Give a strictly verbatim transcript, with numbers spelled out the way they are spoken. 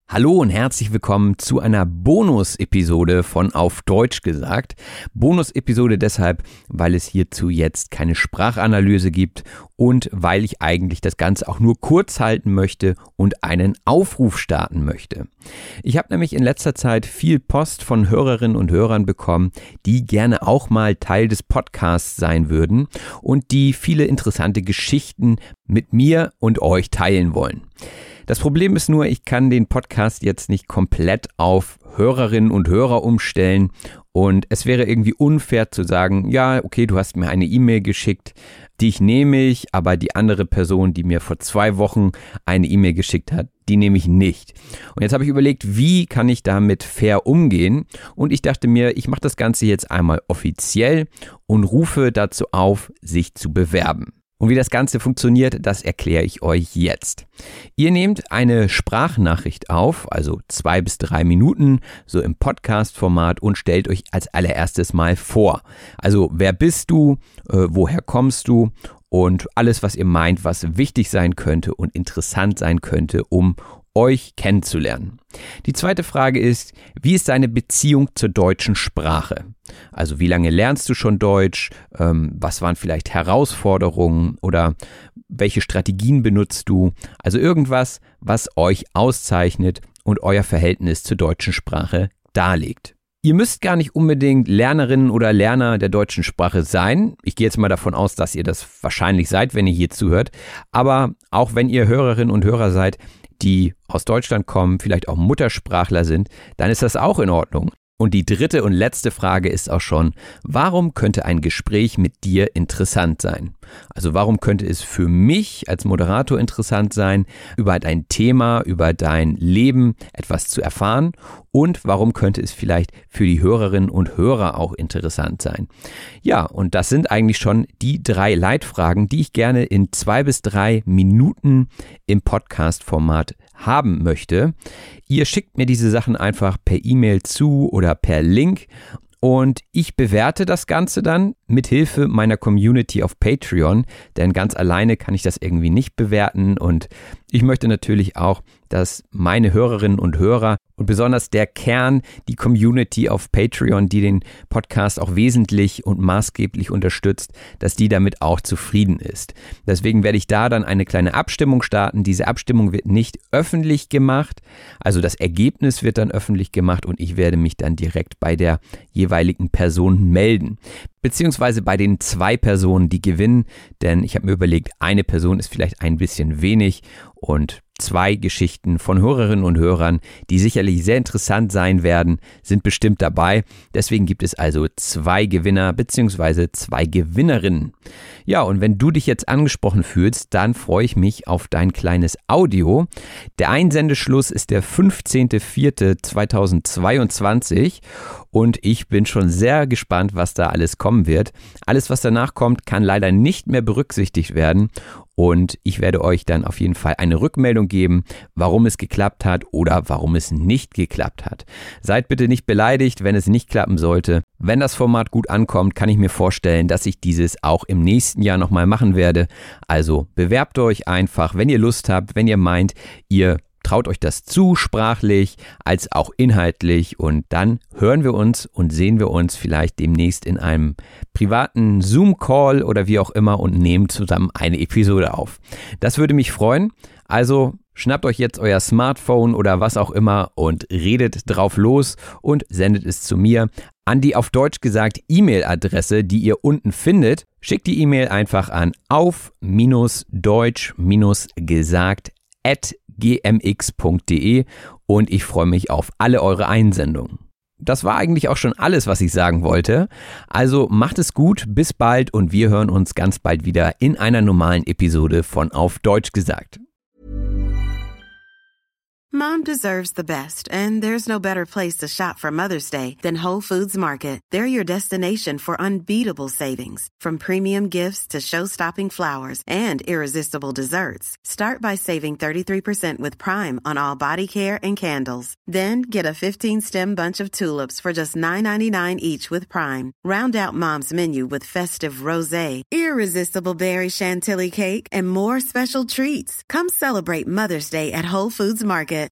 Hallo und herzlich willkommen zu einer Bonus-Episode von Auf Deutsch gesagt. Bonus-Episode deshalb, weil es hierzu jetzt keine Sprachanalyse gibt und weil ich eigentlich das Ganze auch nur kurz halten möchte und einen Aufruf starten möchte. Ich habe nämlich in letzter Zeit viel Post von Hörerinnen und Hörern bekommen, die gerne auch mal Teil des Podcasts sein würden und die viele interessante Geschichten mit mir und euch teilen wollen. Das Problem ist nur, ich kann den Podcast jetzt nicht komplett auf Hörerinnen und Hörer umstellen und es wäre irgendwie unfair zu sagen, ja, okay, du hast mir eine E-Mail geschickt, dich nehme ich, aber die andere Person, die mir vor zwei Wochen eine E-Mail geschickt hat, die nehme ich nicht. Und jetzt habe ich überlegt, wie kann ich damit fair umgehen? Und ich dachte mir, ich mache das Ganze jetzt einmal offiziell und rufe dazu auf, sich zu bewerben. Und wie das Ganze funktioniert, das erkläre ich euch jetzt. Ihr nehmt eine Sprachnachricht auf, also zwei bis drei Minuten, so im Podcast-Format und stellt euch als allererstes mal vor. Also wer bist du, äh, woher kommst du und alles, was ihr meint, was wichtig sein könnte und interessant sein könnte, um euch kennenzulernen. Die zweite Frage ist, wie ist deine Beziehung zur deutschen Sprache? Also wie lange lernst du schon Deutsch? Ähm, was waren vielleicht Herausforderungen oder welche Strategien benutzt du? Also irgendwas, was euch auszeichnet und euer Verhältnis zur deutschen Sprache darlegt. Ihr müsst gar nicht unbedingt Lernerinnen oder Lerner der deutschen Sprache sein. Ich gehe jetzt mal davon aus, dass ihr das wahrscheinlich seid, wenn ihr hier zuhört. Aber auch wenn ihr Hörerinnen und Hörer seid, die aus Deutschland kommen, vielleicht auch Muttersprachler sind, dann ist das auch in Ordnung. Und die dritte und letzte Frage ist auch schon, warum könnte ein Gespräch mit dir interessant sein? Also warum könnte es für mich als Moderator interessant sein, über dein Thema, über dein Leben etwas zu erfahren? Und warum könnte es vielleicht für die Hörerinnen und Hörer auch interessant sein? Ja, und das sind eigentlich schon die drei Leitfragen, die ich gerne in zwei bis drei Minuten im Podcast-Format haben möchte. Ihr schickt mir diese Sachen einfach per E-Mail zu oder per Link und ich bewerte das Ganze dann mit Hilfe meiner Community auf Patreon, denn ganz alleine kann ich das irgendwie nicht bewerten und ich möchte natürlich auch, dass meine Hörerinnen und Hörer und besonders der Kern, die Community auf Patreon, die den Podcast auch wesentlich und maßgeblich unterstützt, dass die damit auch zufrieden ist. Deswegen werde ich da dann eine kleine Abstimmung starten. Diese Abstimmung wird nicht öffentlich gemacht, also das Ergebnis wird dann öffentlich gemacht und ich werde mich dann direkt bei der jeweiligen Person melden. Beziehungsweise bei den zwei Personen, die gewinnen, denn ich habe mir überlegt, eine Person ist vielleicht ein bisschen wenig und zwei Geschichten von Hörerinnen und Hörern, die sicherlich sehr interessant sein werden, sind bestimmt dabei. Deswegen gibt es also zwei Gewinner bzw. zwei Gewinnerinnen. Ja, und wenn du dich jetzt angesprochen fühlst, dann freue ich mich auf dein kleines Audio. Der Einsendeschluss ist der fünfzehnter vierter zweitausendzweiundzwanzig und ich bin schon sehr gespannt, was da alles kommen wird. Alles, was danach kommt, kann leider nicht mehr berücksichtigt werden. Und ich werde euch dann auf jeden Fall eine Rückmeldung geben, warum es geklappt hat oder warum es nicht geklappt hat. Seid bitte nicht beleidigt, wenn es nicht klappen sollte. Wenn das Format gut ankommt, kann ich mir vorstellen, dass ich dieses auch im nächsten Jahr nochmal machen werde. Also bewerbt euch einfach, wenn ihr Lust habt, wenn ihr meint, ihr traut euch das zu, sprachlich als auch inhaltlich und dann hören wir uns und sehen wir uns vielleicht demnächst in einem privaten Zoom-Call oder wie auch immer und nehmen zusammen eine Episode auf. Das würde mich freuen, also schnappt euch jetzt euer Smartphone oder was auch immer und redet drauf los und sendet es zu mir an die auf Deutsch gesagt E-Mail-Adresse, die ihr unten findet. Schickt die E-Mail einfach an auf-deutsch-gesagt at gmx punkt de und ich freue mich auf alle eure Einsendungen. Das war eigentlich auch schon alles, was ich sagen wollte. Also macht es gut, bis bald und wir hören uns ganz bald wieder in einer normalen Episode von Auf Deutsch gesagt. Mom deserves the best, and there's no better place to shop for Mother's Day than Whole Foods Market. They're your destination for unbeatable savings, from premium gifts to show-stopping flowers and irresistible desserts. Start by saving thirty-three percent with Prime on all body care and candles. Then get a fifteen-stem bunch of tulips for just nine ninety-nine each with Prime. Round out Mom's menu with festive rosé, irresistible berry chantilly cake, and more special treats. Come celebrate Mother's Day at Whole Foods Market.